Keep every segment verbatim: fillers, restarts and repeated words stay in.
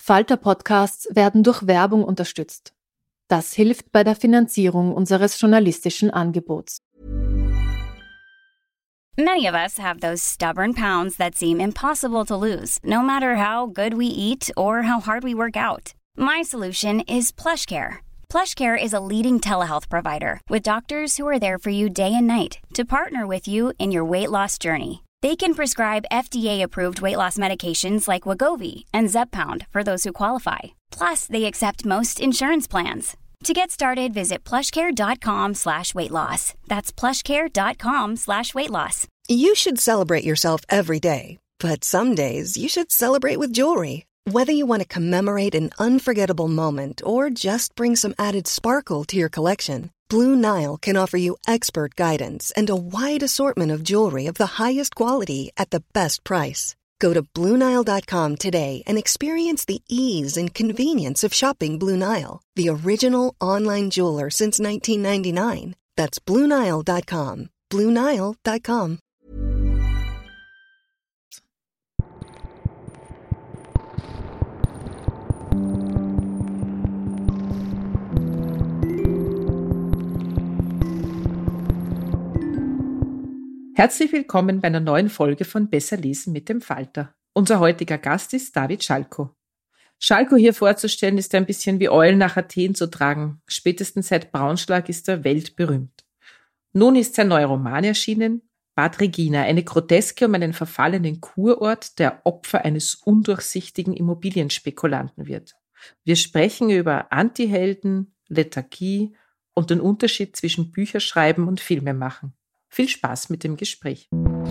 Falter-Podcasts werden durch Werbung unterstützt. Das hilft bei der Finanzierung unseres journalistischen Angebots. Many of us have those stubborn pounds that seem impossible to lose, no matter how good we eat or how hard we work out. My solution is PlushCare. PlushCare is a leading telehealth provider with doctors who are there for you day and night to partner with you in your weight loss journey. They can prescribe F D A-approved weight loss medications like Wegovy and Zepbound for those who qualify. Plus, they accept most insurance plans. To get started, visit plushcare.com slash weight loss. That's plushcare.com slash weight loss. You should celebrate yourself every day, but some days you should celebrate with jewelry. Whether you want to commemorate an unforgettable moment or just bring some added sparkle to your collection, Blue Nile can offer you expert guidance and a wide assortment of jewelry of the highest quality at the best price. Go to blue nile dot com today and experience the ease and convenience of shopping Blue Nile, the original online jeweler since nineteen ninety-nine. That's blue nile dot com. blue nile dot com. Herzlich willkommen bei einer neuen Folge von Besser lesen mit dem Falter. Unser heutiger Gast ist David Schalko. Schalko hier vorzustellen ist ein bisschen wie Eulen nach Athen zu tragen. Spätestens seit Braunschlag ist er weltberühmt. Nun ist sein neuer Roman erschienen, Bad Regina, eine Groteske um einen verfallenen Kurort, der Opfer eines undurchsichtigen Immobilienspekulanten wird. Wir sprechen über Antihelden, Lethargie und den Unterschied zwischen Bücherschreiben und Filmemachen. Viel Spaß mit dem Gespräch.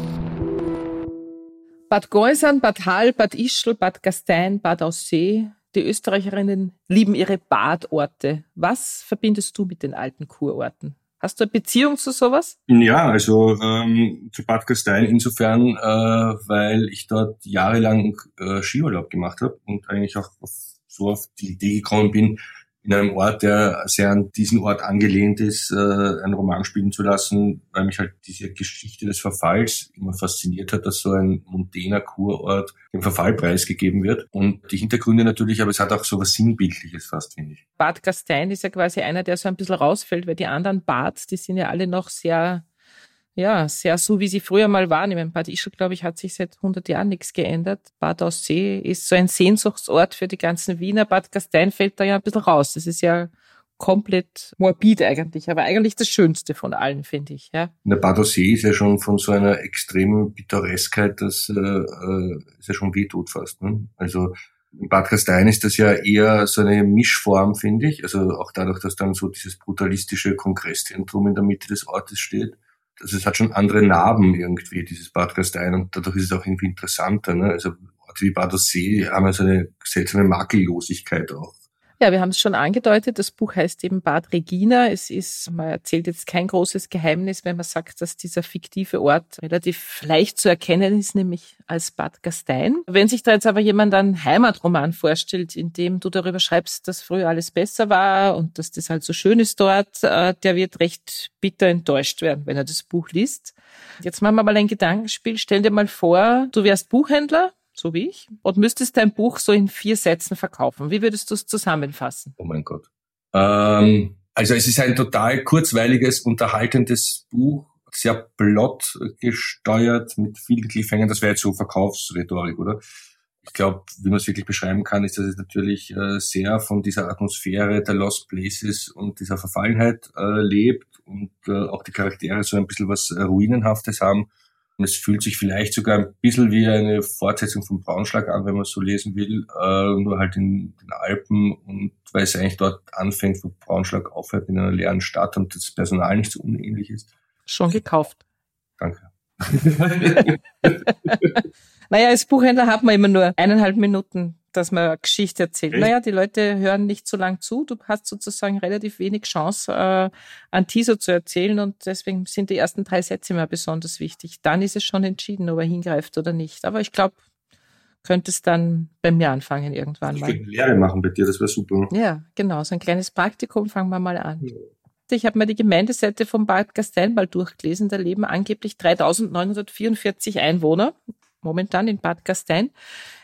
Bad Gäusern, Bad Hall, Bad Ischl, Bad Gastein, Bad Aussee. Die Österreicherinnen lieben ihre Badorte. Was verbindest du mit den alten Kurorten? Hast du eine Beziehung zu sowas? Ja, also ähm, zu Bad Gastein insofern, äh, weil ich dort jahrelang äh, Skiurlaub gemacht habe und eigentlich auch auf, so auf die Idee gekommen bin, in einem Ort, der sehr an diesen Ort angelehnt ist, äh, einen Roman spielen zu lassen, weil mich halt diese Geschichte des Verfalls immer fasziniert hat, dass so ein mondäner Kurort dem Verfall preisgegeben wird. Und die Hintergründe natürlich, aber es hat auch so was Sinnbildliches fast, finde ich. Bad Gastein ist ja quasi einer, der so ein bisschen rausfällt, weil die anderen Bads, die sind ja alle noch sehr, ja, sehr so, wie sie früher mal waren. Ich meine, Bad Ischl, glaube ich, hat sich seit hundert Jahren nichts geändert. Bad Aussee ist so ein Sehnsuchtsort für die ganzen Wiener. Bad Gastein fällt da ja ein bisschen raus. Das ist ja komplett morbid eigentlich, aber eigentlich das Schönste von allen, finde ich. Ja. Der Bad Aussee ist ja schon von so einer extremen Pittoreskheit, dass äh, es ja schon wehtut fast. Ne? Also in Bad Gastein ist das ja eher so eine Mischform, finde ich. Also auch dadurch, dass dann so dieses brutalistische Kongresszentrum in der Mitte des Ortes steht. Also es hat schon andere Narben irgendwie, dieses Bad Gastein, und dadurch ist es auch irgendwie interessanter. Ne? Also Orte wie Bad Aussee haben ja so eine seltsame Makellosigkeit auch. Ja, wir haben es schon angedeutet, das Buch heißt eben Bad Regina. Es ist, man erzählt jetzt kein großes Geheimnis, wenn man sagt, dass dieser fiktive Ort relativ leicht zu erkennen ist, nämlich als Bad Gastein. Wenn sich da jetzt aber jemand einen Heimatroman vorstellt, in dem du darüber schreibst, dass früher alles besser war und dass das halt so schön ist dort, der wird recht bitter enttäuscht werden, wenn er das Buch liest. Jetzt machen wir mal ein Gedankenspiel. Stell dir mal vor, du wärst Buchhändler, so wie ich, und müsstest dein Buch so in vier Sätzen verkaufen. Wie würdest du es zusammenfassen? Oh mein Gott. Ähm, also es ist ein total kurzweiliges, unterhaltendes Buch, sehr plot gesteuert, mit vielen Cliffhangern. Das wäre jetzt so Verkaufsrhetorik, oder? Ich glaube, wie man es wirklich beschreiben kann, ist, dass es natürlich äh, sehr von dieser Atmosphäre der Lost Places und dieser Verfallenheit äh, lebt und äh, auch die Charaktere so ein bisschen was äh, Ruinenhaftes haben. Und es fühlt sich vielleicht sogar ein bisschen wie eine Fortsetzung von Braunschlag an, wenn man es so lesen will, äh, nur halt in den Alpen, und weil es eigentlich dort anfängt, wo Braunschlag aufhört, in einer leeren Stadt und das Personal nicht so unähnlich ist. Schon gekauft. Danke. Naja, als Buchhändler hat man immer nur eineinhalb Minuten, dass man eine Geschichte erzählt. Echt? Naja, die Leute hören nicht so lang zu. Du hast sozusagen relativ wenig Chance, äh, einen Teaser zu erzählen, und deswegen sind die ersten drei Sätze immer besonders wichtig. Dann ist es schon entschieden, ob er hingreift oder nicht. Aber ich glaube, könnte es dann bei mir anfangen irgendwann ich mal. Ich könnte eine Lehre machen bei dir, das wäre super. Ja, genau, so ein kleines Praktikum, fangen wir mal an. Ja. Ich habe mir die Gemeindeseite vom Bad Gastein mal durchgelesen. Da leben angeblich dreitausendneunhundertvierundvierzig Einwohner momentan in Bad Gastein.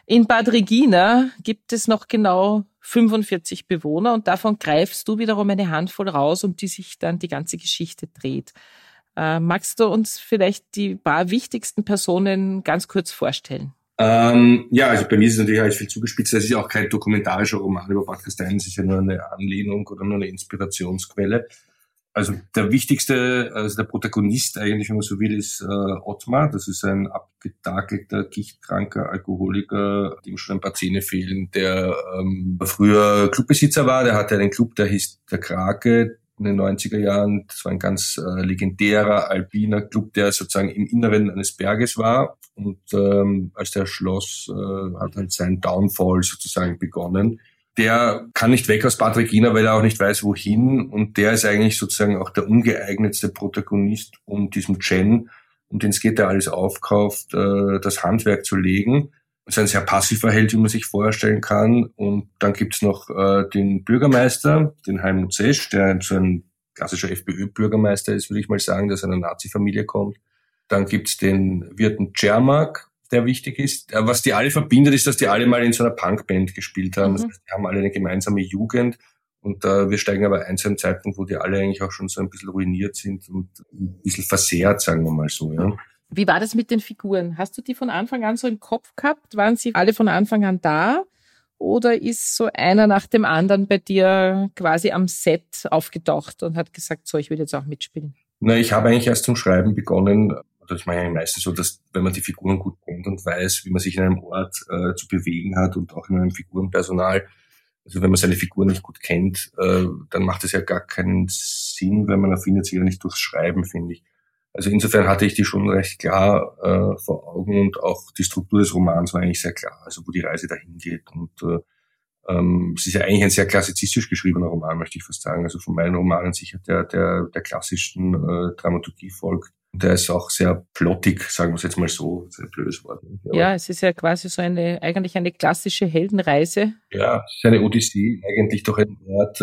In Bad Regina gibt es noch genau fünfundvierzig Bewohner und davon greifst du wiederum eine Handvoll raus, um die sich dann die ganze Geschichte dreht. Äh, magst du uns vielleicht die paar wichtigsten Personen ganz kurz vorstellen? Ähm, ja, also bei mir ist es natürlich alles viel zugespitzt. Es ist ja auch kein dokumentarischer Roman über Bad Gastein, es ist ja nur eine Anlehnung oder nur eine Inspirationsquelle. Also der wichtigste, also der Protagonist eigentlich, wenn man so will, ist äh, Ottmar. Das ist ein abgetakelter, gichtkranker Alkoholiker, dem schon ein paar Zähne fehlen, der ähm, früher Clubbesitzer war. Der hatte einen Club, der hieß der Krake in den neunziger Jahren. Das war ein ganz äh, legendärer alpiner Club, der sozusagen im Inneren eines Berges war. Und ähm, als der schloss, äh, hat halt sein Downfall sozusagen begonnen. Der kann nicht weg aus Bad Regina, weil er auch nicht weiß, wohin. Und der ist eigentlich sozusagen auch der ungeeignetste Protagonist, um diesem Chen, um den es geht, der alles aufkauft, äh, das Handwerk zu legen. Das ist ein sehr passiver Held, wie man sich vorstellen kann. Und dann gibt's noch äh, den Bürgermeister, den Helmut Sesch, der so ein klassischer FPÖ-Bürgermeister ist, würde ich mal sagen, der aus einer Nazi-Familie kommt. Dann gibt's den Wirten Czermak, der wichtig ist. Was die alle verbindet, ist, dass die alle mal in so einer Punkband gespielt haben. Mhm. Das heißt, die haben alle eine gemeinsame Jugend. Und äh, wir steigen aber ein zu einem Zeitpunkt, wo die alle eigentlich auch schon so ein bisschen ruiniert sind und ein bisschen versehrt, sagen wir mal so. Ja. Wie war das mit den Figuren? Hast du die von Anfang an so im Kopf gehabt? Waren sie alle von Anfang an da? Oder ist so einer nach dem anderen bei dir quasi am Set aufgetaucht und hat gesagt, so, ich will jetzt auch mitspielen? Na, ich habe eigentlich erst zum Schreiben begonnen. Das mache ich ja meistens so, dass wenn man die Figuren gut kennt und weiß, wie man sich in einem Ort äh, zu bewegen hat und auch in einem Figurenpersonal, also wenn man seine Figuren nicht gut kennt, äh, dann macht es ja gar keinen Sinn, weil man erfindet sie ja nicht durchs Schreiben, finde ich. Also insofern hatte ich die schon recht klar äh, vor Augen und auch die Struktur des Romans war eigentlich sehr klar, also wo die Reise dahin geht. Und äh, ähm, es ist ja eigentlich ein sehr klassizistisch geschriebener Roman, möchte ich fast sagen. Also von meinen Romanen sicher der der der klassischen äh, Dramaturgie folgt. Der ist auch sehr plottig, sagen wir es jetzt mal so, sehr blödes Wort. Ja, ja, es ist ja quasi so eine, eigentlich eine klassische Heldenreise. Ja, es ist eine Odyssee, eigentlich durch einen Ort, äh,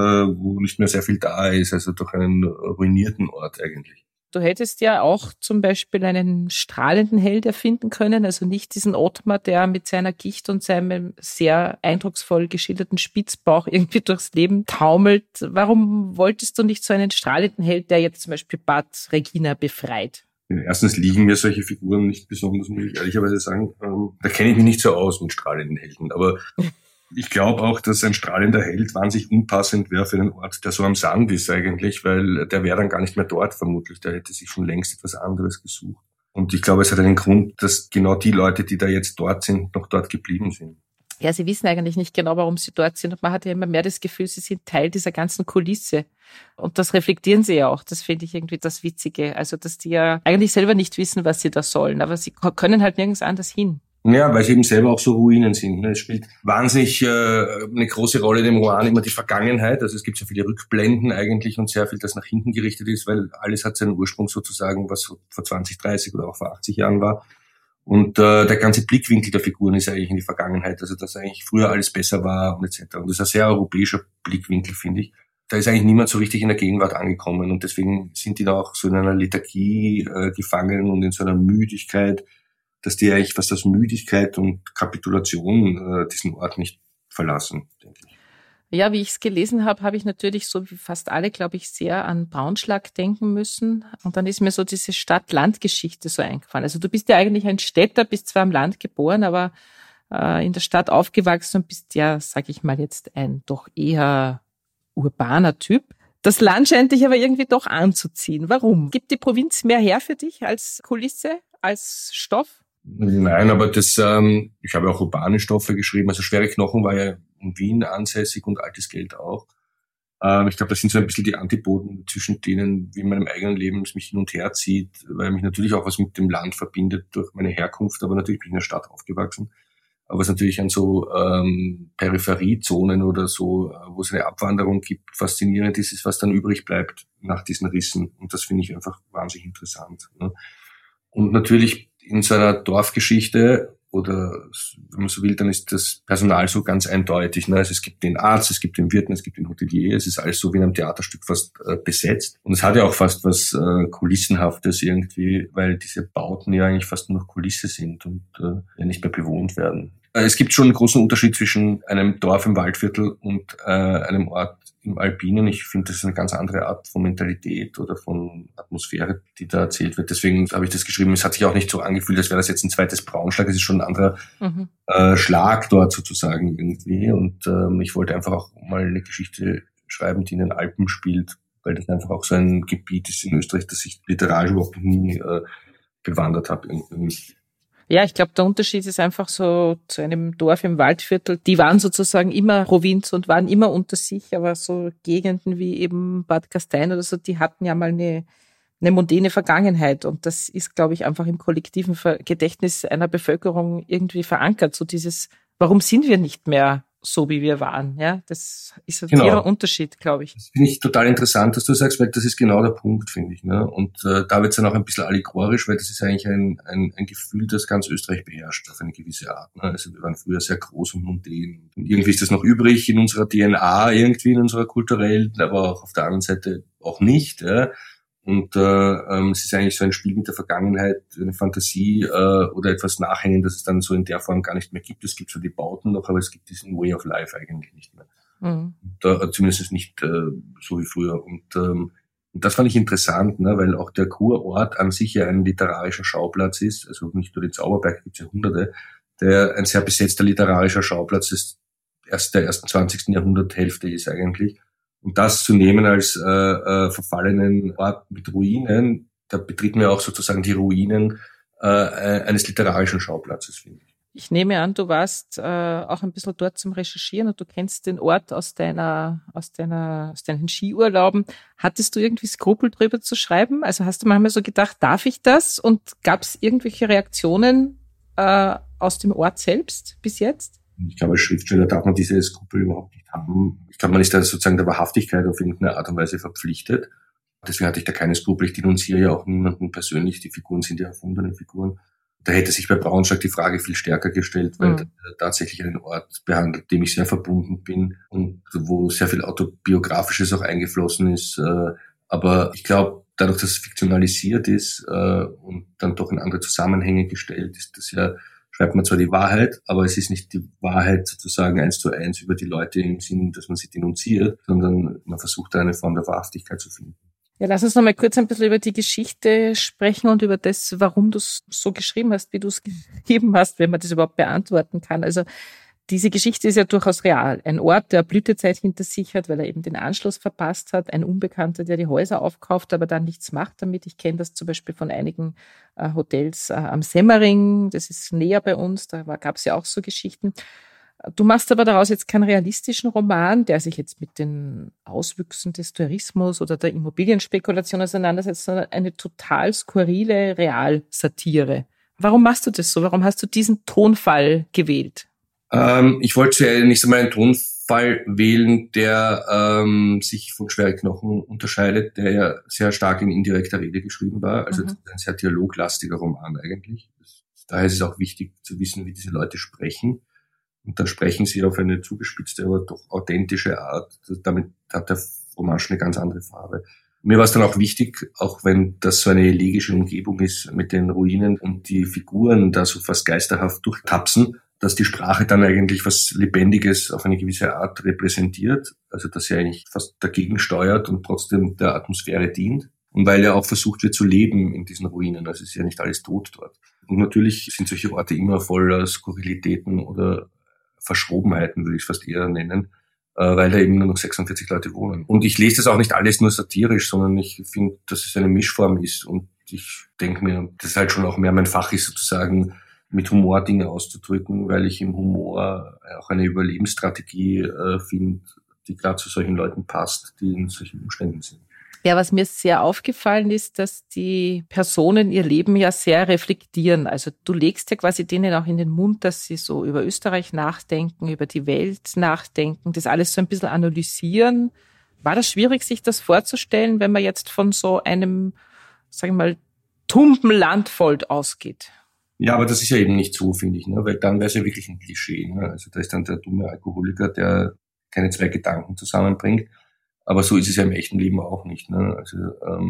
wo nicht mehr sehr viel da ist, also durch einen ruinierten Ort eigentlich. Du hättest ja auch zum Beispiel einen strahlenden Held erfinden können, also nicht diesen Ottmar, der mit seiner Gicht und seinem sehr eindrucksvoll geschilderten Spitzbauch irgendwie durchs Leben taumelt. Warum wolltest du nicht so einen strahlenden Held, der jetzt zum Beispiel Bad Regina befreit? Erstens liegen mir solche Figuren nicht besonders, muss ich ehrlicherweise sagen. Da kenne ich mich nicht so aus mit strahlenden Helden, aber ich glaube auch, dass ein strahlender Held wahnsinnig unpassend wäre für einen Ort, der so am Sand ist eigentlich, weil der wäre dann gar nicht mehr dort vermutlich. Der hätte sich schon längst etwas anderes gesucht. Und ich glaube, es hat einen Grund, dass genau die Leute, die da jetzt dort sind, noch dort geblieben sind. Ja, sie wissen eigentlich nicht genau, warum sie dort sind. Und man hat ja immer mehr das Gefühl, sie sind Teil dieser ganzen Kulisse. Und das reflektieren sie ja auch. Das finde ich irgendwie das Witzige. Also, dass die ja eigentlich selber nicht wissen, was sie da sollen. Aber sie können halt nirgends anders hin. Ja, weil sie eben selber auch so Ruinen sind. Es spielt wahnsinnig äh, eine große Rolle in dem Roman immer die Vergangenheit. Also es gibt sehr viele Rückblenden eigentlich und sehr viel, das nach hinten gerichtet ist, weil alles hat seinen Ursprung sozusagen, was vor zwanzig, dreißig oder auch vor achtzig Jahren war. Und äh, der ganze Blickwinkel der Figuren ist eigentlich in die Vergangenheit, also dass eigentlich früher alles besser war und et cetera. Und das ist ein sehr europäischer Blickwinkel, finde ich. Da ist eigentlich niemand so richtig in der Gegenwart angekommen und deswegen sind die da auch so in einer Lethargie äh, gefangen und in so einer Müdigkeit, dass die eigentlich fast aus Müdigkeit und Kapitulation äh, diesen Ort nicht verlassen, denke ich. Ja, wie ich es gelesen habe, habe ich natürlich so wie fast alle, glaube ich, sehr an Braunschlag denken müssen. Und dann ist mir so diese Stadt-Land-Geschichte so eingefallen. Also du bist ja eigentlich ein Städter, bist zwar am Land geboren, aber äh, in der Stadt aufgewachsen und bist ja, sag ich mal jetzt, ein doch eher urbaner Typ. Das Land scheint dich aber irgendwie doch anzuziehen. Warum? Gibt die Provinz mehr her für dich als Kulisse, als Stoff? Nein, aber das, ähm, ich habe auch urbane Stoffe geschrieben. Also Schwere Knochen war ja in Wien ansässig und Altes Geld auch. Ähm, ich glaube, das sind so ein bisschen die Antipoden zwischen denen, wie in meinem eigenen Leben es mich hin und her zieht, weil mich natürlich auch was mit dem Land verbindet durch meine Herkunft, aber natürlich bin ich in der Stadt aufgewachsen. Aber es natürlich an so ähm, Peripheriezonen oder so, wo es eine Abwanderung gibt, faszinierend ist, ist, was dann übrig bleibt nach diesen Rissen. Und das finde ich einfach wahnsinnig interessant. Ne? Und natürlich in so einer Dorfgeschichte oder, wenn man so will, dann ist das Personal so ganz eindeutig. Ne? Also es gibt den Arzt, es gibt den Wirten, es gibt den Hotelier. Es ist alles so wie in einem Theaterstück fast äh, besetzt. Und es hat ja auch fast was äh, Kulissenhaftes irgendwie, weil diese Bauten ja eigentlich fast nur noch Kulisse sind und äh, ja nicht mehr bewohnt werden. Es gibt schon einen großen Unterschied zwischen einem Dorf im Waldviertel und äh, einem Ort im Alpinen. Ich finde, das ist eine ganz andere Art von Mentalität oder von Atmosphäre, die da erzählt wird. Deswegen habe ich das geschrieben. Es hat sich auch nicht so angefühlt, als wäre das jetzt ein zweites Braunschlag. Es ist schon ein anderer mhm. äh, Schlag dort sozusagen irgendwie. Und ähm, ich wollte einfach auch mal eine Geschichte schreiben, die in den Alpen spielt, weil das einfach auch so ein Gebiet ist in Österreich, das ich literarisch überhaupt nie äh, bewandert habe. Irgendwie. Ja, ich glaube, der Unterschied ist einfach so zu einem Dorf im Waldviertel. Die waren sozusagen immer Provinz und waren immer unter sich, aber so Gegenden wie eben Bad Gastein oder so, die hatten ja mal eine, eine mondäne Vergangenheit. Und das ist, glaube ich, einfach im kollektiven Gedächtnis einer Bevölkerung irgendwie verankert. So dieses, warum sind wir nicht mehr so, wie wir waren? Ja, das ist ein genau. Unterschied, glaube ich. Das finde ich total interessant, dass du sagst, weil das ist genau der Punkt, finde ich. Ne? Und äh, da wird es dann auch ein bisschen allegorisch, weil das ist eigentlich ein, ein, ein Gefühl, das ganz Österreich beherrscht, auf eine gewisse Art. Ne? Also wir waren früher sehr groß und mundän. Und irgendwie ist das noch übrig in unserer D N A, irgendwie in unserer kulturellen, aber auch auf der anderen Seite auch nicht. Ja? Und äh, ähm, es ist eigentlich so ein Spiel mit der Vergangenheit, eine Fantasie äh, oder etwas nachhängen, das es dann so in der Form gar nicht mehr gibt. Es gibt so die Bauten noch, aber es gibt diesen Way of Life eigentlich nicht mehr. Mhm. Und, äh, zumindest nicht äh, so wie früher. Und, ähm, und das fand ich interessant, ne, weil auch der Kurort an sich ja ein literarischer Schauplatz ist. Also nicht nur den Zauberberg, gibt es ja hunderte, der ein sehr besetzter literarischer Schauplatz ist, erst der ersten zwanzigsten Jahrhunderthälfte ist eigentlich. Und das zu nehmen als äh, äh, verfallenen Ort mit Ruinen, da betritt man ja auch sozusagen die Ruinen äh, eines literarischen Schauplatzes, finde ich. Ich nehme an, du warst äh, auch ein bisschen dort zum Recherchieren und du kennst den Ort aus deiner, aus deiner, aus deinen Skiurlauben. Hattest du irgendwie Skrupel drüber zu schreiben? Also hast du manchmal so gedacht, darf ich das? Und gab es irgendwelche Reaktionen äh, aus dem Ort selbst bis jetzt? Ich glaube, als Schriftsteller darf man diese Skrupel überhaupt nicht haben. Ich glaube, man ist da sozusagen der Wahrhaftigkeit auf irgendeine Art und Weise verpflichtet. Deswegen hatte ich da keine Skrupel. Ich denunziere ja auch niemanden persönlich. Die Figuren sind ja erfundene Figuren. Da hätte sich bei Braunschlag die Frage viel stärker gestellt, weil mhm. er tatsächlich einen Ort behandelt, dem ich sehr verbunden bin und wo sehr viel Autobiografisches auch eingeflossen ist. Aber ich glaube, dadurch, dass es fiktionalisiert ist und dann doch in andere Zusammenhänge gestellt ist, das ja schreibt man zwar die Wahrheit, aber es ist nicht die Wahrheit sozusagen eins zu eins über die Leute im Sinn, dass man sie denunziert, sondern man versucht da eine Form der Wahrhaftigkeit zu finden. Ja, lass uns noch mal kurz ein bisschen über die Geschichte sprechen und über das, warum du es so geschrieben hast, wie du es geschrieben hast, wenn man das überhaupt beantworten kann. Also diese Geschichte ist ja durchaus real. Ein Ort, der Blütezeit hinter sich hat, weil er eben den Anschluss verpasst hat. Ein Unbekannter, der die Häuser aufkauft, aber dann nichts macht damit. Ich kenne das zum Beispiel von einigen äh, Hotels äh, am Semmering. Das ist näher bei uns. Da gab es ja auch so Geschichten. Du machst aber daraus jetzt keinen realistischen Roman, der sich jetzt mit den Auswüchsen des Tourismus oder der Immobilienspekulation auseinandersetzt, sondern eine total skurrile Realsatire. Warum machst du das so? Warum hast du diesen Tonfall gewählt? Ähm, ich wollte zunächst einmal einen Tonfall wählen, der ähm, sich von Schwerknochen unterscheidet, der ja sehr stark in indirekter Rede geschrieben war. Also mhm. das ist ein sehr dialoglastiger Roman eigentlich. Daher ist es auch wichtig zu wissen, wie diese Leute sprechen. Und dann sprechen sie auf eine zugespitzte, aber doch authentische Art. Damit hat der Roman schon eine ganz andere Farbe. Mir war es dann auch wichtig, auch wenn das so eine elegische Umgebung ist mit den Ruinen und die Figuren da so fast geisterhaft durchtapsen, dass die Sprache dann eigentlich was Lebendiges auf eine gewisse Art repräsentiert. Also dass sie eigentlich fast dagegen steuert und trotzdem der Atmosphäre dient. Und weil ja auch versucht wird zu leben in diesen Ruinen. Also es ist ja nicht alles tot dort. Und natürlich sind solche Orte immer voller Skurrilitäten oder Verschrobenheiten, würde ich es fast eher nennen, äh, weil da eben nur noch sechsundvierzig Leute wohnen. Und ich lese das auch nicht alles nur satirisch, sondern ich finde, dass es eine Mischform ist. Und ich denke mir, dass es halt schon auch mehr mein Fach ist, sozusagen mit Humor Dinge auszudrücken, weil ich im Humor auch eine Überlebensstrategie äh, finde, die gerade zu solchen Leuten passt, die in solchen Umständen sind. Ja, was mir sehr aufgefallen ist, dass die Personen ihr Leben ja sehr reflektieren. Also du legst ja quasi denen auch in den Mund, dass sie so über Österreich nachdenken, über die Welt nachdenken, das alles so ein bisschen analysieren. War das schwierig, sich das vorzustellen, wenn man jetzt von so einem, sagen wir mal, tumpen Landvolk ausgeht? Ja, aber das ist ja eben nicht so, finde ich, ne? Weil dann wäre es ja wirklich ein Klischee. Ne? Also da ist dann der dumme Alkoholiker, der keine zwei Gedanken zusammenbringt. Aber so ist es ja im echten Leben auch nicht. Ne? Also ähm,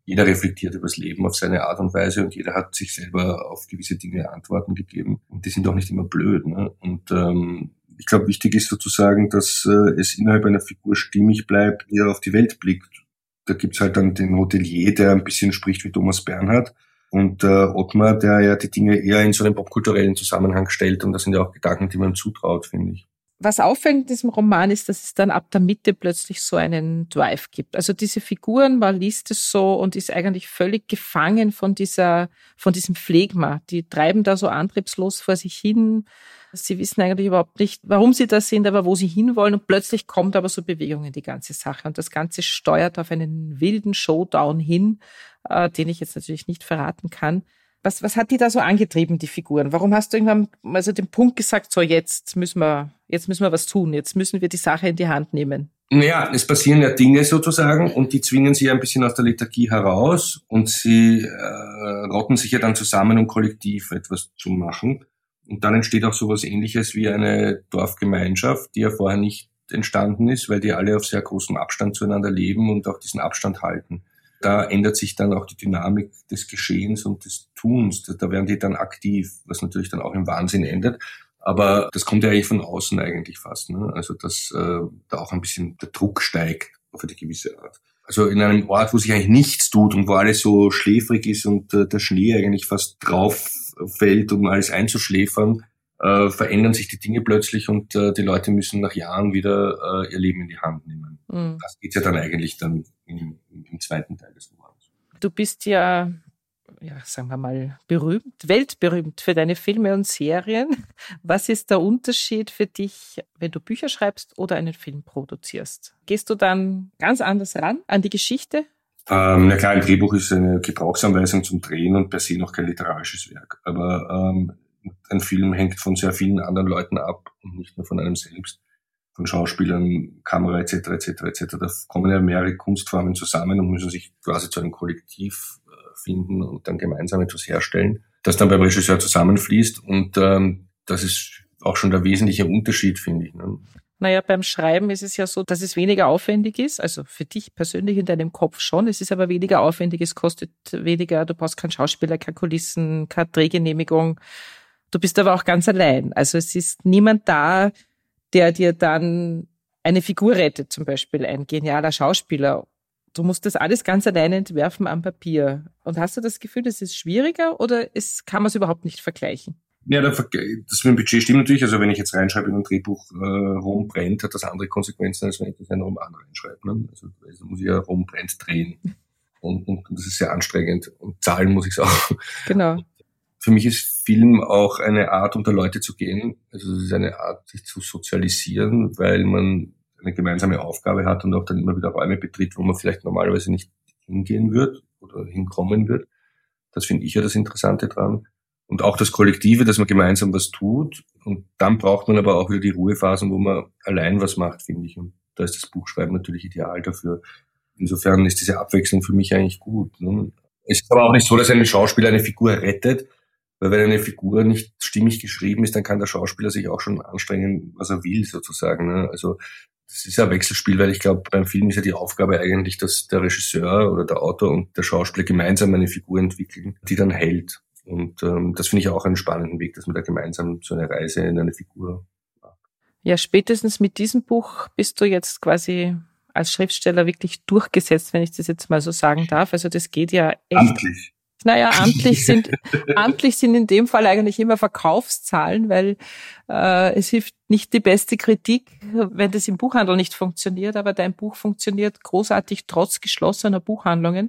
jeder reflektiert über das Leben auf seine Art und Weise und jeder hat sich selber auf gewisse Dinge Antworten gegeben. Und die sind auch nicht immer blöd. Ne? Und ähm, ich glaube, wichtig ist sozusagen, dass äh, es innerhalb einer Figur stimmig bleibt, wie er auf die Welt blickt. Da gibt's halt dann den Hotelier, der ein bisschen spricht wie Thomas Bernhard. Und äh, Ottmar, der ja die Dinge eher in so einen popkulturellen Zusammenhang stellt. Und das sind ja auch Gedanken, die man zutraut, finde ich. Was auffällt in diesem Roman ist, dass es dann ab der Mitte plötzlich so einen Drive gibt. Also diese Figuren, man liest es so und ist eigentlich völlig gefangen von dieser, von diesem Phlegma. Die treiben da so antriebslos vor sich hin. Sie wissen eigentlich überhaupt nicht, warum sie da sind, aber wo sie hinwollen. Und plötzlich kommt aber so Bewegung in die ganze Sache. Und das Ganze steuert auf einen wilden Showdown hin, äh, den ich jetzt natürlich nicht verraten kann. Was, was hat die da so angetrieben, die Figuren? Warum hast du irgendwann also den Punkt gesagt, so jetzt müssen wir, jetzt müssen wir was tun, jetzt müssen wir die Sache in die Hand nehmen? Naja, es passieren ja Dinge sozusagen und die zwingen sie ein bisschen aus der Lethargie heraus und sie äh, rotten sich ja dann zusammen, um kollektiv etwas zu machen. Und dann entsteht auch sowas Ähnliches wie eine Dorfgemeinschaft, die ja vorher nicht entstanden ist, weil die alle auf sehr großem Abstand zueinander leben und auch diesen Abstand halten. Da ändert sich dann auch die Dynamik des Geschehens und des Tuns. Da werden die dann aktiv, was natürlich dann auch im Wahnsinn endet. Aber das kommt ja eigentlich von außen eigentlich fast. Ne? Also dass äh, da auch ein bisschen der Druck steigt auf eine gewisse Art. Also in einem Ort, wo sich eigentlich nichts tut und wo alles so schläfrig ist und äh, der Schnee eigentlich fast drauf fällt, um alles einzuschläfern, äh, verändern sich die Dinge plötzlich und äh, die Leute müssen nach Jahren wieder äh, ihr Leben in die Hand nehmen. Mhm. Das geht's ja dann eigentlich dann im, im zweiten Teil des Romans. Du bist ja, ja, sagen wir mal, berühmt, weltberühmt für deine Filme und Serien. Was ist der Unterschied für dich, wenn du Bücher schreibst oder einen Film produzierst? Gehst du dann ganz anders ran an die Geschichte? Ähm, na klar, ein Drehbuch ist eine Gebrauchsanweisung zum Drehen und per se noch kein literarisches Werk. Aber ähm, ein Film hängt von sehr vielen anderen Leuten ab und nicht nur von einem selbst, von Schauspielern, Kamera et cetera et cetera et cetera. Da kommen ja mehrere Kunstformen zusammen und müssen sich quasi zu einem Kollektiv äh, finden und dann gemeinsam etwas herstellen, das dann beim Regisseur zusammenfließt. Und ähm, das ist auch schon der wesentliche Unterschied, finde ich. Ne? Naja, beim Schreiben ist es ja so, dass es weniger aufwendig ist, also für dich persönlich in deinem Kopf schon, es ist aber weniger aufwendig, es kostet weniger, du brauchst keinen Schauspieler, keine Kulissen, keine Drehgenehmigung, du bist aber auch ganz allein. Also es ist niemand da, der dir dann eine Figur rettet, zum Beispiel ein genialer Schauspieler. Du musst das alles ganz alleine entwerfen am Papier. Und hast du das Gefühl, das ist schwieriger oder ist, kann man es überhaupt nicht vergleichen? Ja, das mit dem Budget stimmt natürlich. Also wenn ich jetzt reinschreibe in ein Drehbuch, äh, Rom brennt, hat das andere Konsequenzen, als wenn ich das in einen Roman reinschreibe. Ne? Also, also muss ich ja Rom brennt drehen. Und, und, und das ist sehr anstrengend. Und zahlen muss ich es auch. Genau. Für mich ist Film auch eine Art, unter Leute zu gehen. Also es ist eine Art, sich zu sozialisieren, weil man eine gemeinsame Aufgabe hat und auch dann immer wieder Räume betritt, wo man vielleicht normalerweise nicht hingehen wird oder hinkommen wird. Das finde ich ja das Interessante dran. Und auch das Kollektive, dass man gemeinsam was tut. Und dann braucht man aber auch wieder die Ruhephasen, wo man allein was macht, finde ich. Und da ist das Buchschreiben natürlich ideal dafür. Insofern ist diese Abwechslung für mich eigentlich gut. Ne? Es ist aber auch nicht so, dass ein Schauspieler eine Figur rettet, weil wenn eine Figur nicht stimmig geschrieben ist, dann kann der Schauspieler sich auch schon anstrengen, was er will, sozusagen. Ne? Also das ist ja ein Wechselspiel, weil ich glaube, beim Film ist ja die Aufgabe eigentlich, dass der Regisseur oder der Autor und der Schauspieler gemeinsam eine Figur entwickeln, die dann hält. Und ähm, das finde ich auch einen spannenden Weg, dass man da gemeinsam so eine Reise in eine Figur macht. Ja, spätestens mit diesem Buch bist du jetzt quasi als Schriftsteller wirklich durchgesetzt, wenn ich das jetzt mal so sagen darf. Also das geht ja echt. Amtlich. Naja, amtlich sind, amtlich sind in dem Fall eigentlich immer Verkaufszahlen, weil äh, es hilft nicht die beste Kritik, wenn das im Buchhandel nicht funktioniert, aber dein Buch funktioniert großartig trotz geschlossener Buchhandlungen.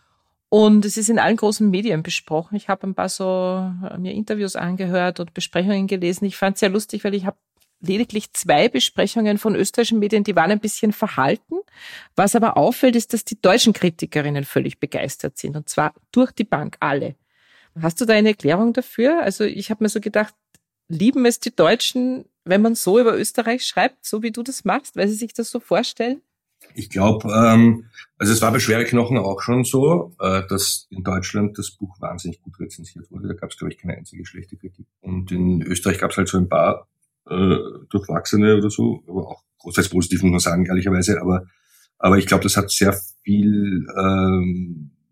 Und es ist in allen großen Medien besprochen. Ich habe ein paar so mir Interviews angehört und Besprechungen gelesen. Ich fand es sehr lustig, weil ich habe lediglich zwei Besprechungen von österreichischen Medien, die waren ein bisschen verhalten. Was aber auffällt, ist, dass die deutschen Kritikerinnen völlig begeistert sind. Und zwar durch die Bank alle. Hast du da eine Erklärung dafür? Also ich habe mir so gedacht, lieben es die Deutschen, wenn man so über Österreich schreibt, so wie du das machst, weil sie sich das so vorstellen? Ich glaube, ähm, also es war bei Schwere Knochen auch schon so, äh, dass in Deutschland das Buch wahnsinnig gut rezensiert wurde. Da gab es, glaube ich, keine einzige schlechte Kritik. Und in Österreich gab es halt so ein paar äh, durchwachsene oder so, aber auch großteils positiv, muss man sagen, ehrlicherweise. Aber aber ich glaube, das hat sehr viel ähm,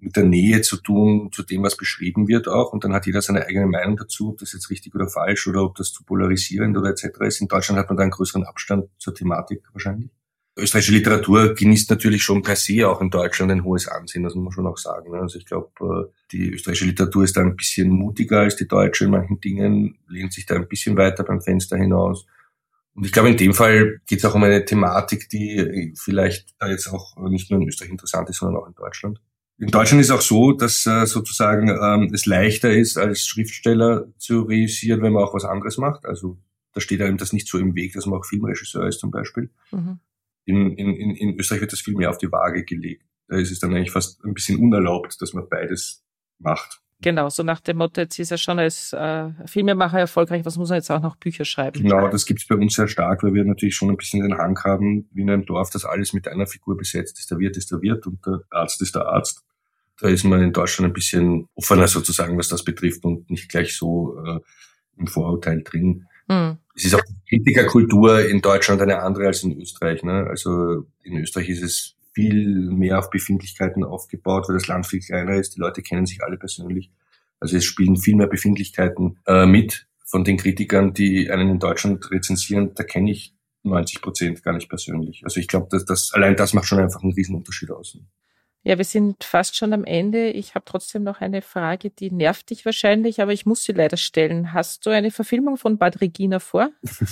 mit der Nähe zu tun, zu dem, was beschrieben wird auch. Und dann hat jeder seine eigene Meinung dazu, ob das jetzt richtig oder falsch oder ob das zu polarisierend oder et cetera ist. In Deutschland hat man da einen größeren Abstand zur Thematik wahrscheinlich. Österreichische Literatur genießt natürlich schon per se auch in Deutschland ein hohes Ansehen, das muss man schon auch sagen. Also ich glaube, die österreichische Literatur ist da ein bisschen mutiger als die deutsche in manchen Dingen, lehnt sich da ein bisschen weiter beim Fenster hinaus. Und ich glaube, in dem Fall geht es auch um eine Thematik, die vielleicht da jetzt auch nicht nur in Österreich interessant ist, sondern auch in Deutschland. In Deutschland ist auch so, dass äh, sozusagen ähm, es leichter ist, als Schriftsteller zu reüssieren, wenn man auch was anderes macht. Also da steht einem das nicht so im Weg, dass man auch Filmregisseur ist zum Beispiel. Mhm. In, in, in Österreich wird das viel mehr auf die Waage gelegt. Da ist es dann eigentlich fast ein bisschen unerlaubt, dass man beides macht. Genau, so nach dem Motto, jetzt ist er schon als äh, Filmemacher erfolgreich, was muss er jetzt auch noch Bücher schreiben? Genau, das gibt's bei uns sehr stark, weil wir natürlich schon ein bisschen den Hang haben, wie in einem Dorf, das alles mit einer Figur besetzt ist. Der Wirt ist der Wirt und der Arzt ist der Arzt. Da ist man in Deutschland ein bisschen offener sozusagen, was das betrifft und nicht gleich so äh, im Vorurteil drin. Mhm. Es ist auch die Kritikerkultur in Deutschland eine andere als in Österreich. Ne? Also in Österreich ist es viel mehr auf Befindlichkeiten aufgebaut, weil das Land viel kleiner ist. Die Leute kennen sich alle persönlich. Also es spielen viel mehr Befindlichkeiten äh, mit von den Kritikern, die einen in Deutschland rezensieren. Da kenne ich neunzig Prozent gar nicht persönlich. Also ich glaube, dass das allein das macht schon einfach einen riesen Unterschied aus. Ja, wir sind fast schon am Ende. Ich habe trotzdem noch eine Frage, die nervt dich wahrscheinlich, aber ich muss sie leider stellen. Hast du eine Verfilmung von Bad Regina vor?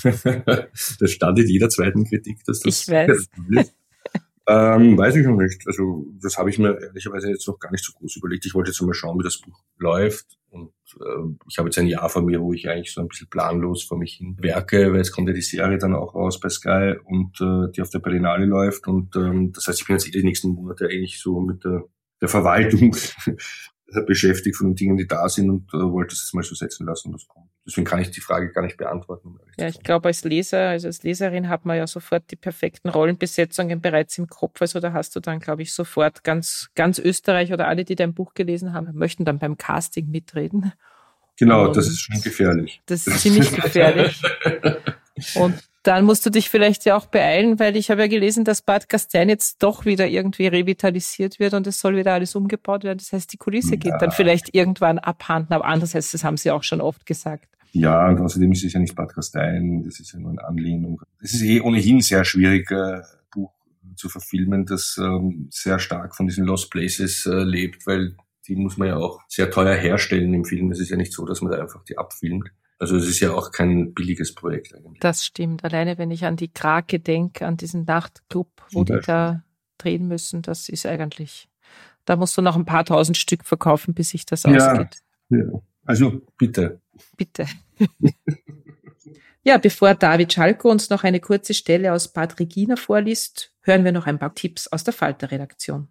Das stand in jeder zweiten Kritik, dass das ich weiß. ist. Ähm, weiß ich noch nicht. Also das habe ich mir ehrlicherweise jetzt noch gar nicht so groß überlegt. Ich wollte jetzt mal schauen, wie das Buch läuft. Und äh, ich habe jetzt ein Jahr vor mir, wo ich eigentlich so ein bisschen planlos vor mich hin werke, weil es kommt ja die Serie dann auch raus bei Sky und äh, die auf der Berlinale läuft. Und ähm, das heißt, ich bin jetzt eh die nächsten Monate eigentlich so mit der, der Verwaltung beschäftigt von den Dingen, die da sind und äh, wollte es jetzt mal so setzen lassen, was kommt. Deswegen kann ich die Frage gar nicht beantworten. Um ja, ich glaube, als Leser, also als Leserin hat man ja sofort die perfekten Rollenbesetzungen bereits im Kopf. Also da hast du dann, glaube ich, sofort ganz, ganz Österreich oder alle, die dein Buch gelesen haben, möchten dann beim Casting mitreden. Genau, und das ist schon gefährlich. Das ist ziemlich gefährlich. Und dann musst du dich vielleicht ja auch beeilen, weil ich habe ja gelesen, dass Bad Gastein jetzt doch wieder irgendwie revitalisiert wird und es soll wieder alles umgebaut werden. Das heißt, die Kulisse geht ja dann vielleicht irgendwann abhanden. Aber andererseits, das haben sie auch schon oft gesagt. Ja, und außerdem ist es ja nicht Bad Gastein, das ist ja nur eine Anlehnung. Es ist eh ohnehin sehr schwierig, ein Buch zu verfilmen, das ähm, sehr stark von diesen Lost Places äh, lebt, weil die muss man ja auch sehr teuer herstellen im Film. Es ist ja nicht so, dass man da einfach die abfilmt. Also es ist ja auch kein billiges Projekt eigentlich. Das stimmt. Alleine wenn ich an die Krake denke, an diesen Nachtclub, wo die da drehen müssen, das ist eigentlich, da musst du noch ein paar tausend Stück verkaufen, bis sich das ja ausgeht. Ja, also bitte. Bitte. Ja, bevor David Schalko uns noch eine kurze Stelle aus Bad Regina vorliest, hören wir noch ein paar Tipps aus der Falter-Redaktion.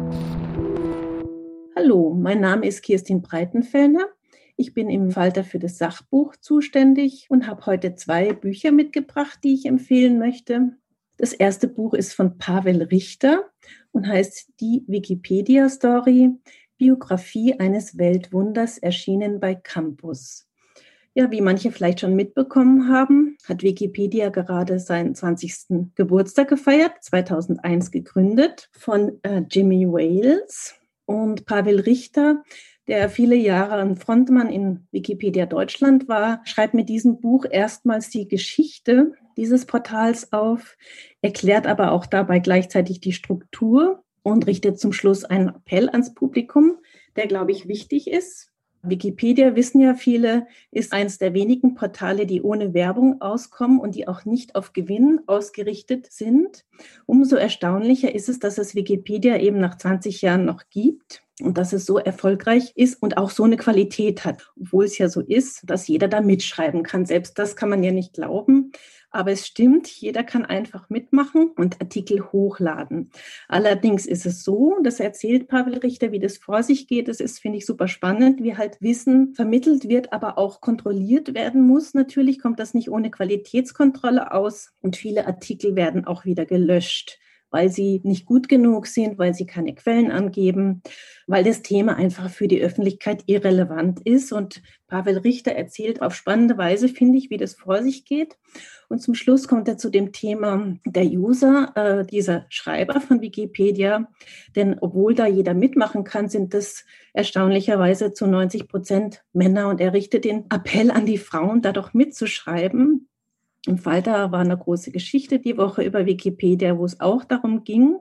Hallo, mein Name ist Kirstin Breitenfellner. Ich bin im Falter für das Sachbuch zuständig und habe heute zwei Bücher mitgebracht, die ich empfehlen möchte. Das erste Buch ist von Pavel Richter und heißt Die Wikipedia-Story, Biografie eines Weltwunders, erschienen bei Campus. Ja, wie manche vielleicht schon mitbekommen haben, hat Wikipedia gerade seinen zwanzigsten Geburtstag gefeiert, zweitausendeins gegründet von äh, Jimmy Wales. Und Pavel Richter, der viele Jahre ein Frontmann in Wikipedia Deutschland war, schreibt mit diesem Buch erstmals die Geschichte dieses Portals auf, erklärt aber auch dabei gleichzeitig die Struktur und richtet zum Schluss einen Appell ans Publikum, der, glaube ich, wichtig ist. Wikipedia, wissen ja viele, ist eines der wenigen Portale, die ohne Werbung auskommen und die auch nicht auf Gewinn ausgerichtet sind. Umso erstaunlicher ist es, dass es Wikipedia eben nach zwanzig Jahren noch gibt und dass es so erfolgreich ist und auch so eine Qualität hat, obwohl es ja so ist, dass jeder da mitschreiben kann. Selbst das kann man ja nicht glauben. Aber es stimmt, jeder kann einfach mitmachen und Artikel hochladen. Allerdings ist es so, das erzählt Pavel Richter, wie das vor sich geht. Das ist, finde ich, super spannend, wie halt Wissen vermittelt wird, aber auch kontrolliert werden muss. Natürlich kommt das nicht ohne Qualitätskontrolle aus und viele Artikel werden auch wieder gelöscht, weil sie nicht gut genug sind, weil sie keine Quellen angeben, weil das Thema einfach für die Öffentlichkeit irrelevant ist. Und Pavel Richter erzählt auf spannende Weise, finde ich, wie das vor sich geht. Und zum Schluss kommt er zu dem Thema der User, äh, dieser Schreiber von Wikipedia. Denn obwohl da jeder mitmachen kann, sind das erstaunlicherweise zu neunzig Prozent Männer. Und er richtet den Appell an die Frauen, da doch mitzuschreiben. Im Falter war eine große Geschichte die Woche über Wikipedia, wo es auch darum ging.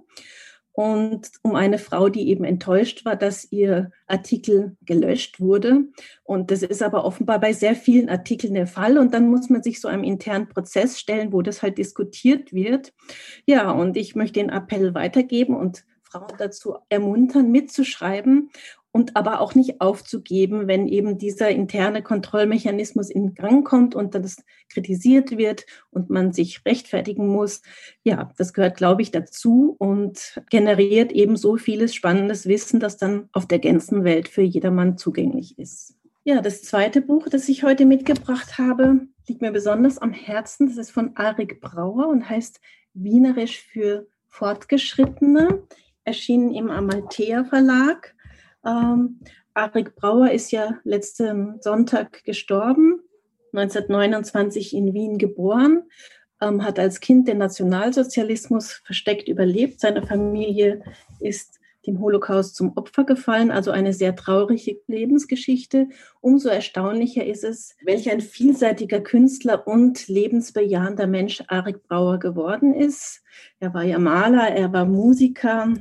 Und um eine Frau, die eben enttäuscht war, dass ihr Artikel gelöscht wurde. Und das ist aber offenbar bei sehr vielen Artikeln der Fall. Und dann muss man sich so einem internen Prozess stellen, wo das halt diskutiert wird. Ja, und ich möchte den Appell weitergeben und Frauen dazu ermuntern, mitzuschreiben und aber auch nicht aufzugeben, wenn eben dieser interne Kontrollmechanismus in Gang kommt und dann das kritisiert wird und man sich rechtfertigen muss. Ja, das gehört, glaube ich, dazu und generiert eben so vieles spannendes Wissen, das dann auf der ganzen Welt für jedermann zugänglich ist. Ja, das zweite Buch, das ich heute mitgebracht habe, liegt mir besonders am Herzen. Das ist von Arik Brauer und heißt Wienerisch für Fortgeschrittene, erschienen im Amalthea Verlag. Ähm, Arik Brauer ist ja letzten Sonntag gestorben, neunzehnhundertneunundzwanzig in Wien geboren, ähm, hat als Kind den Nationalsozialismus versteckt überlebt. Seine Familie ist dem Holocaust zum Opfer gefallen, also eine sehr traurige Lebensgeschichte. Umso erstaunlicher ist es, welch ein vielseitiger Künstler und lebensbejahender Mensch Arik Brauer geworden ist. Er war ja Maler, er war Musiker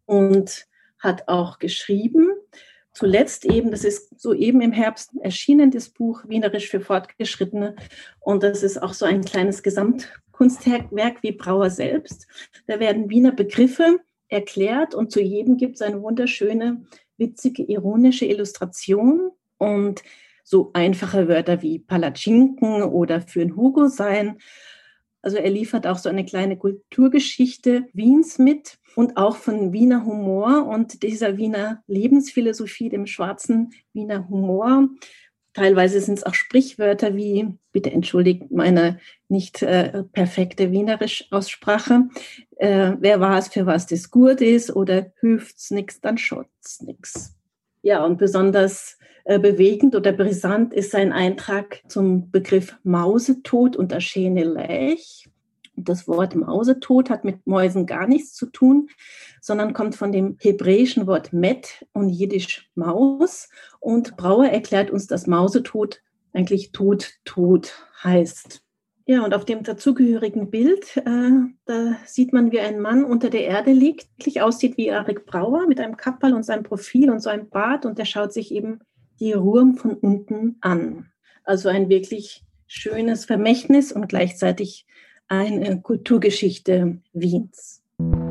und hat auch geschrieben. Zuletzt eben, das ist soeben im Herbst erschienen, das Buch Wienerisch für Fortgeschrittene. Und das ist auch so ein kleines Gesamtkunstwerk wie Brauer selbst. Da werden Wiener Begriffe erklärt und zu jedem gibt es eine wunderschöne, witzige, ironische Illustration. Und so einfache Wörter wie Palatschinken oder für ein Hugo sein. Also er liefert auch so eine kleine Kulturgeschichte Wiens mit und auch von Wiener Humor und dieser Wiener Lebensphilosophie, dem schwarzen Wiener Humor. Teilweise sind es auch Sprichwörter wie, bitte entschuldigt meine nicht äh, perfekte Wienerisch-Aussprache, äh, wer weiß, für was das gut ist oder hilft's nix, dann schaut's nix. Ja, und besonders äh, bewegend oder brisant ist sein Eintrag zum Begriff Mausetod und der schöne Lech. Das Wort Mausetod hat mit Mäusen gar nichts zu tun, sondern kommt von dem hebräischen Wort Met und jiddisch Maus. Und Brauer erklärt uns, dass Mausetod eigentlich Tod, Tod heißt. Ja, und auf dem dazugehörigen Bild, äh, da sieht man, wie ein Mann unter der Erde liegt, wirklich aussieht wie Arik Brauer mit einem Kapperl und seinem Profil und so einem Bart und der schaut sich eben die Ruhr von unten an. Also ein wirklich schönes Vermächtnis und gleichzeitig eine Kulturgeschichte Wiens.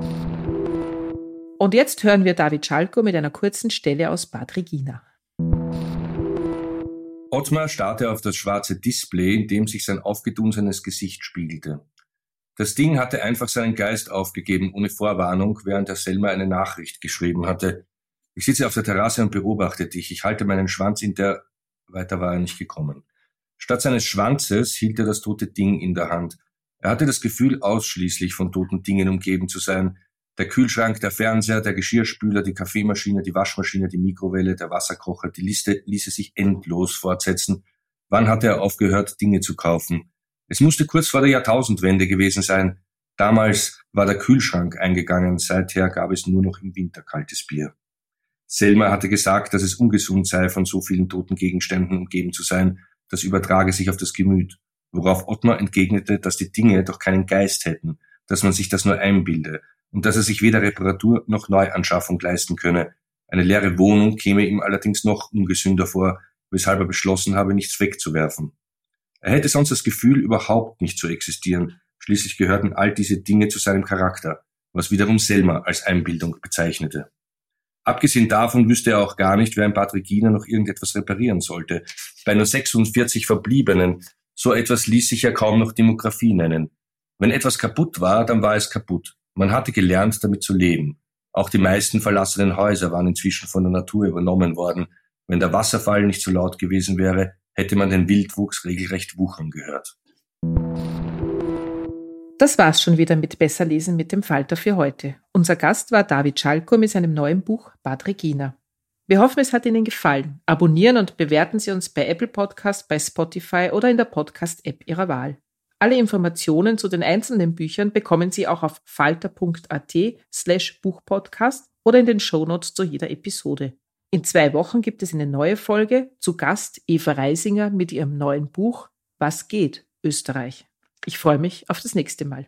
Und jetzt hören wir David Schalko mit einer kurzen Stelle aus Bad Regina. Ottmar starrte auf das schwarze Display, in dem sich sein aufgedunsenes Gesicht spiegelte. Das Ding hatte einfach seinen Geist aufgegeben, ohne Vorwarnung, während er Selma eine Nachricht geschrieben hatte. Ich sitze auf der Terrasse und beobachte dich. Ich halte meinen Schwanz in der... Weiter war er nicht gekommen. Statt seines Schwanzes hielt er das tote Ding in der Hand. Er hatte das Gefühl, ausschließlich von toten Dingen umgeben zu sein. Der Kühlschrank, der Fernseher, der Geschirrspüler, die Kaffeemaschine, die Waschmaschine, die Mikrowelle, der Wasserkocher, die Liste ließe sich endlos fortsetzen. Wann hatte er aufgehört, Dinge zu kaufen? Es musste kurz vor der Jahrtausendwende gewesen sein. Damals war der Kühlschrank eingegangen, seither gab es nur noch im Winter kaltes Bier. Selma hatte gesagt, dass es ungesund sei, von so vielen toten Gegenständen umgeben zu sein. Das übertrage sich auf das Gemüt. Worauf Ottmar entgegnete, dass die Dinge doch keinen Geist hätten, dass man sich das nur einbilde und dass er sich weder Reparatur noch Neuanschaffung leisten könne. Eine leere Wohnung käme ihm allerdings noch ungesünder vor, weshalb er beschlossen habe, nichts wegzuwerfen. Er hätte sonst das Gefühl, überhaupt nicht zu existieren. Schließlich gehörten all diese Dinge zu seinem Charakter, was wiederum Selma als Einbildung bezeichnete. Abgesehen davon wüsste er auch gar nicht, wer in Bad Regina noch irgendetwas reparieren sollte. Bei nur sechsundvierzig Verbliebenen, so etwas ließ sich ja kaum noch Demografie nennen. Wenn etwas kaputt war, dann war es kaputt. Man hatte gelernt, damit zu leben. Auch die meisten verlassenen Häuser waren inzwischen von der Natur übernommen worden. Wenn der Wasserfall nicht so laut gewesen wäre, hätte man den Wildwuchs regelrecht wuchern gehört. Das war's schon wieder mit Besser lesen mit dem Falter für heute. Unser Gast war David Schalko mit seinem neuen Buch Bad Regina. Wir hoffen, es hat Ihnen gefallen. Abonnieren und bewerten Sie uns bei Apple Podcast, bei Spotify oder in der Podcast-App Ihrer Wahl. Alle Informationen zu den einzelnen Büchern bekommen Sie auch auf falter.at slash Buchpodcast oder in den Shownotes zu jeder Episode. In zwei Wochen gibt es eine neue Folge, zu Gast Eva Reisinger mit ihrem neuen Buch Was geht, Österreich. Ich freue mich auf das nächste Mal.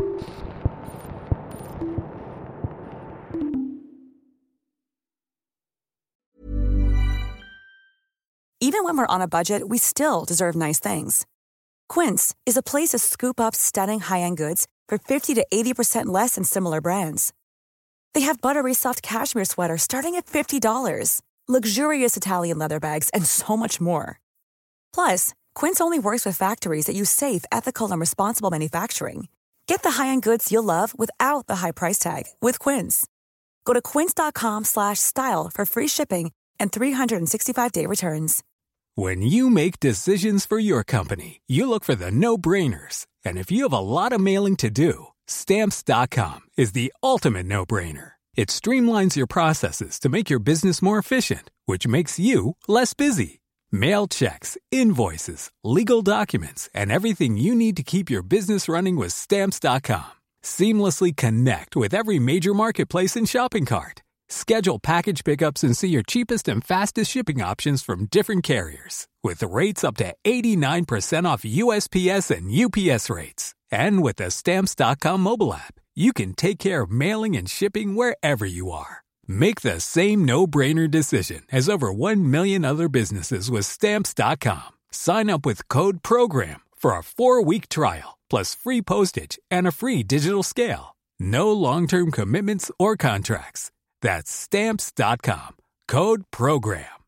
Even when we're on a budget, we still deserve nice things. Quince is a place to scoop up stunning high-end goods for fifty to eighty percent less than similar brands. They have buttery soft cashmere sweaters starting at fifty dollars, luxurious Italian leather bags, and so much more. Plus, Quince only works with factories that use safe, ethical, and responsible manufacturing. Get the high-end goods you'll love without the high price tag with Quince. Go to quince.com slash style for free shipping and three sixty-five day returns. When you make decisions for your company, you look for the no-brainers. And if you have a lot of mailing to do, Stamps dot com is the ultimate no-brainer. It streamlines your processes to make your business more efficient, which makes you less busy. Mail checks, invoices, legal documents, and everything you need to keep your business running with Stamps dot com. Seamlessly connect with every major marketplace and shopping cart. Schedule package pickups and see your cheapest and fastest shipping options from different carriers. With rates up to eighty-nine percent off U S P S and U P S rates. And with the Stamps dot com mobile app, you can take care of mailing and shipping wherever you are. Make the same no-brainer decision as over one million other businesses with Stamps dot com. Sign up with code PROGRAM for a four-week trial, plus free postage and a free digital scale. No long-term commitments or contracts. That's Stamps dot com. Code PROGRAM.